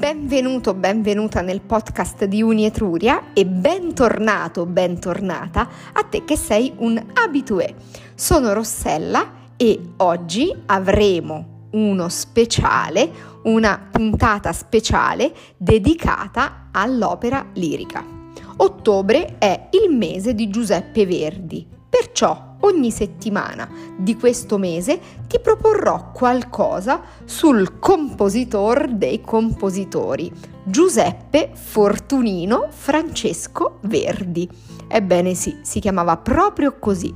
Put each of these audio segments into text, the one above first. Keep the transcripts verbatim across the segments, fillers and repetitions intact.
Benvenuto, benvenuta nel podcast di Unietruria e bentornato, bentornata a te che sei un habitué. Sono Rossella e oggi avremo uno speciale, una puntata speciale dedicata all'opera lirica. Ottobre è il mese di Giuseppe Verdi, perciò ogni settimana di questo mese ti proporrò qualcosa sul compositor dei compositori, Giuseppe Fortunino Francesco Verdi. Ebbene sì, si chiamava proprio così.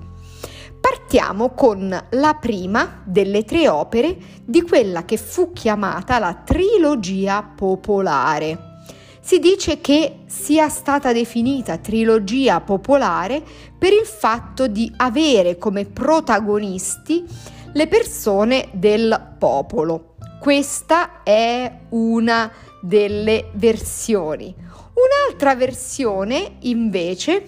Partiamo con la prima delle tre opere di quella che fu chiamata la trilogia popolare. Si dice che sia stata definita trilogia popolare per il fatto di avere come protagonisti le persone del popolo. Questa è una delle versioni. Un'altra versione invece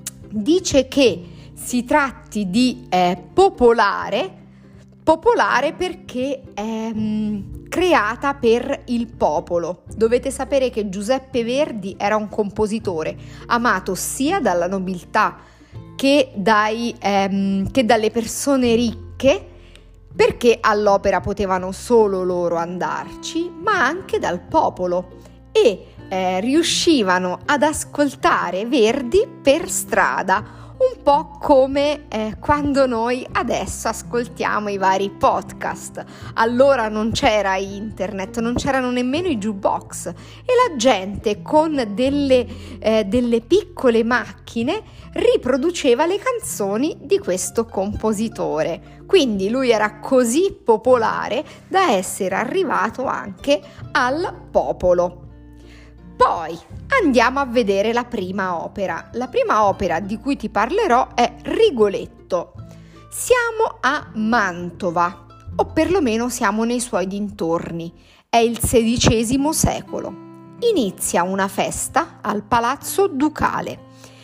dice che si tratti di eh, popolare, popolare perché è mh, creata per il popolo. Dovete sapere che Giuseppe Verdi era un compositore amato sia dalla nobiltà che, dai, ehm, che dalle persone ricche, perché all'opera potevano solo loro andarci, ma anche dal popolo e eh, riuscivano ad ascoltare Verdi per strada. Un po' come eh, quando noi adesso ascoltiamo i vari podcast. Allora non c'era internet, non c'erano nemmeno i jukebox e la gente con delle, eh, delle piccole macchine riproduceva le canzoni di questo compositore. Quindi lui era così popolare da essere arrivato anche al popolo. Poi andiamo a vedere la prima opera. La prima opera di cui ti parlerò è Rigoletto. Siamo a Mantova, o perlomeno siamo nei suoi dintorni. È il sedicesimo secolo. Inizia una festa al Palazzo Ducale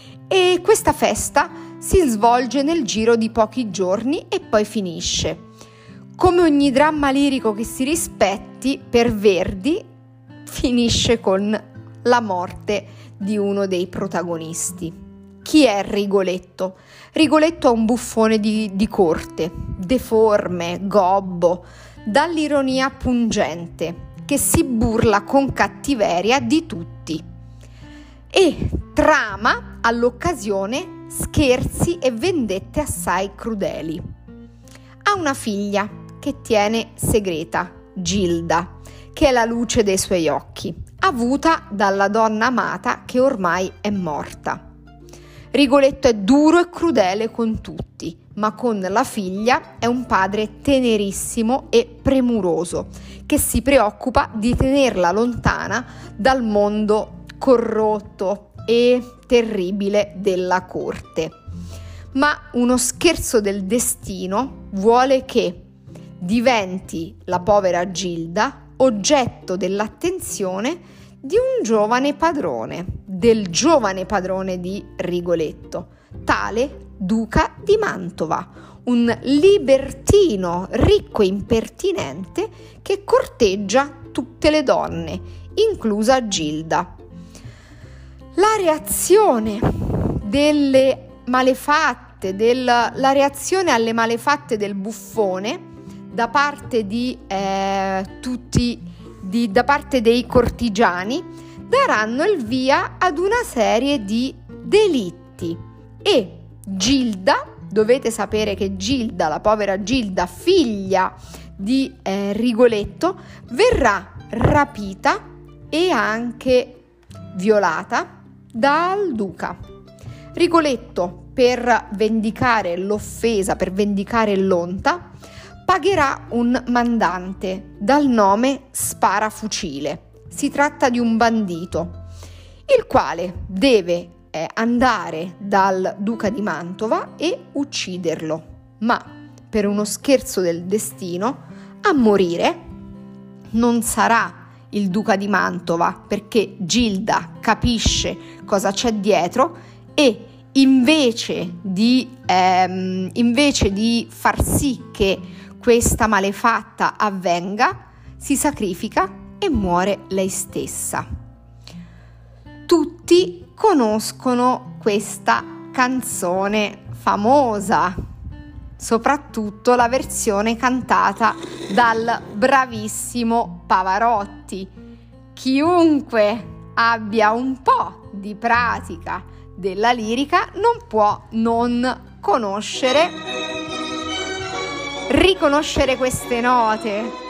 e questa festa si svolge nel giro di pochi giorni e poi finisce. Come ogni dramma lirico che si rispetti, per Verdi finisce con la morte di uno dei protagonisti. Chi è Rigoletto? Rigoletto è un buffone di, di corte, deforme, gobbo, dall'ironia pungente, che si burla con cattiveria di tutti e trama all'occasione scherzi e vendette assai crudeli. Ha una figlia che tiene segreta, Gilda, che è la luce dei suoi occhi, avuta dalla donna amata che ormai è morta. Rigoletto è duro e crudele con tutti, ma con la figlia è un padre tenerissimo e premuroso, che si preoccupa di tenerla lontana dal mondo corrotto e terribile della corte. Ma uno scherzo del destino vuole che diventi la povera Gilda oggetto dell'attenzione di un giovane padrone, del giovane padrone di Rigoletto, tale Duca di Mantova, un libertino ricco e impertinente che corteggia tutte le donne, inclusa Gilda. La reazione delle malefatte, del, la reazione alle malefatte del buffone da parte di eh, tutti, di, da parte dei cortigiani, daranno il via ad una serie di delitti e Gilda, dovete sapere che Gilda, la povera Gilda, figlia di eh, Rigoletto, verrà rapita e anche violata dal duca. Rigoletto, per vendicare l'offesa, per vendicare l'onta, pagherà un mandante dal nome Sparafucile. Si tratta di un bandito, il quale deve eh, andare dal duca di Mantova e ucciderlo, ma per uno scherzo del destino a morire non sarà il duca di Mantova, perché Gilda capisce cosa c'è dietro e invece di, ehm, invece di far sì che questa malefatta avvenga, si sacrifica e muore lei stessa. Tutti conoscono questa canzone famosa, soprattutto la versione cantata dal bravissimo Pavarotti. Chiunque abbia un po' di pratica della lirica non può non conoscere, riconoscere queste note.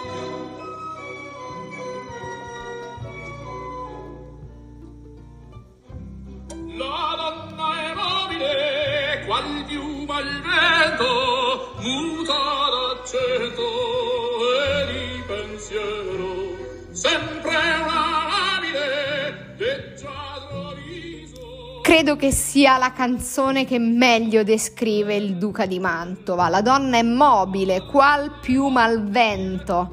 La donna è mobile, qual piuma al vento, muta d'accento e di pensiero, sempre una labile, leggiadro viso. Credo che sia la canzone che meglio descrive il duca di Mantova. La donna è mobile, qual piuma al vento,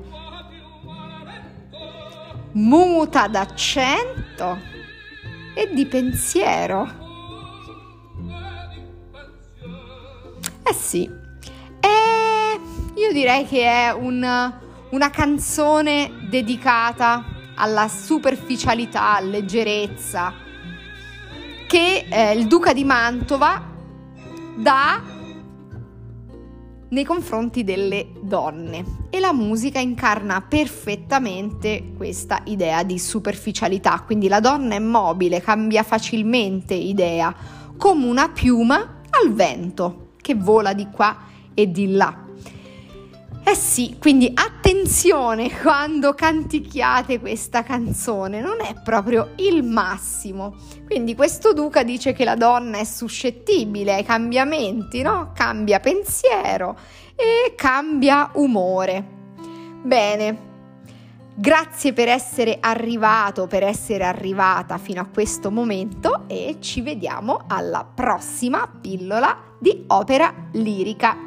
muta d'accento e di pensiero. Eh sì, e io direi che è un, una canzone dedicata alla superficialità, alla leggerezza che eh, il duca di Mantova dà nei confronti delle donne, e la musica incarna perfettamente questa idea di superficialità. Quindi la donna è mobile, cambia facilmente idea, come una piuma al vento che vola di qua e di là. Eh sì, quindi attenzione quando canticchiate questa canzone, non è proprio il massimo. Quindi questo duca dice che la donna è suscettibile ai cambiamenti, no? Cambia pensiero e cambia umore. Bene, grazie per essere arrivato, per essere arrivata fino a questo momento, e ci vediamo alla prossima pillola di opera lirica.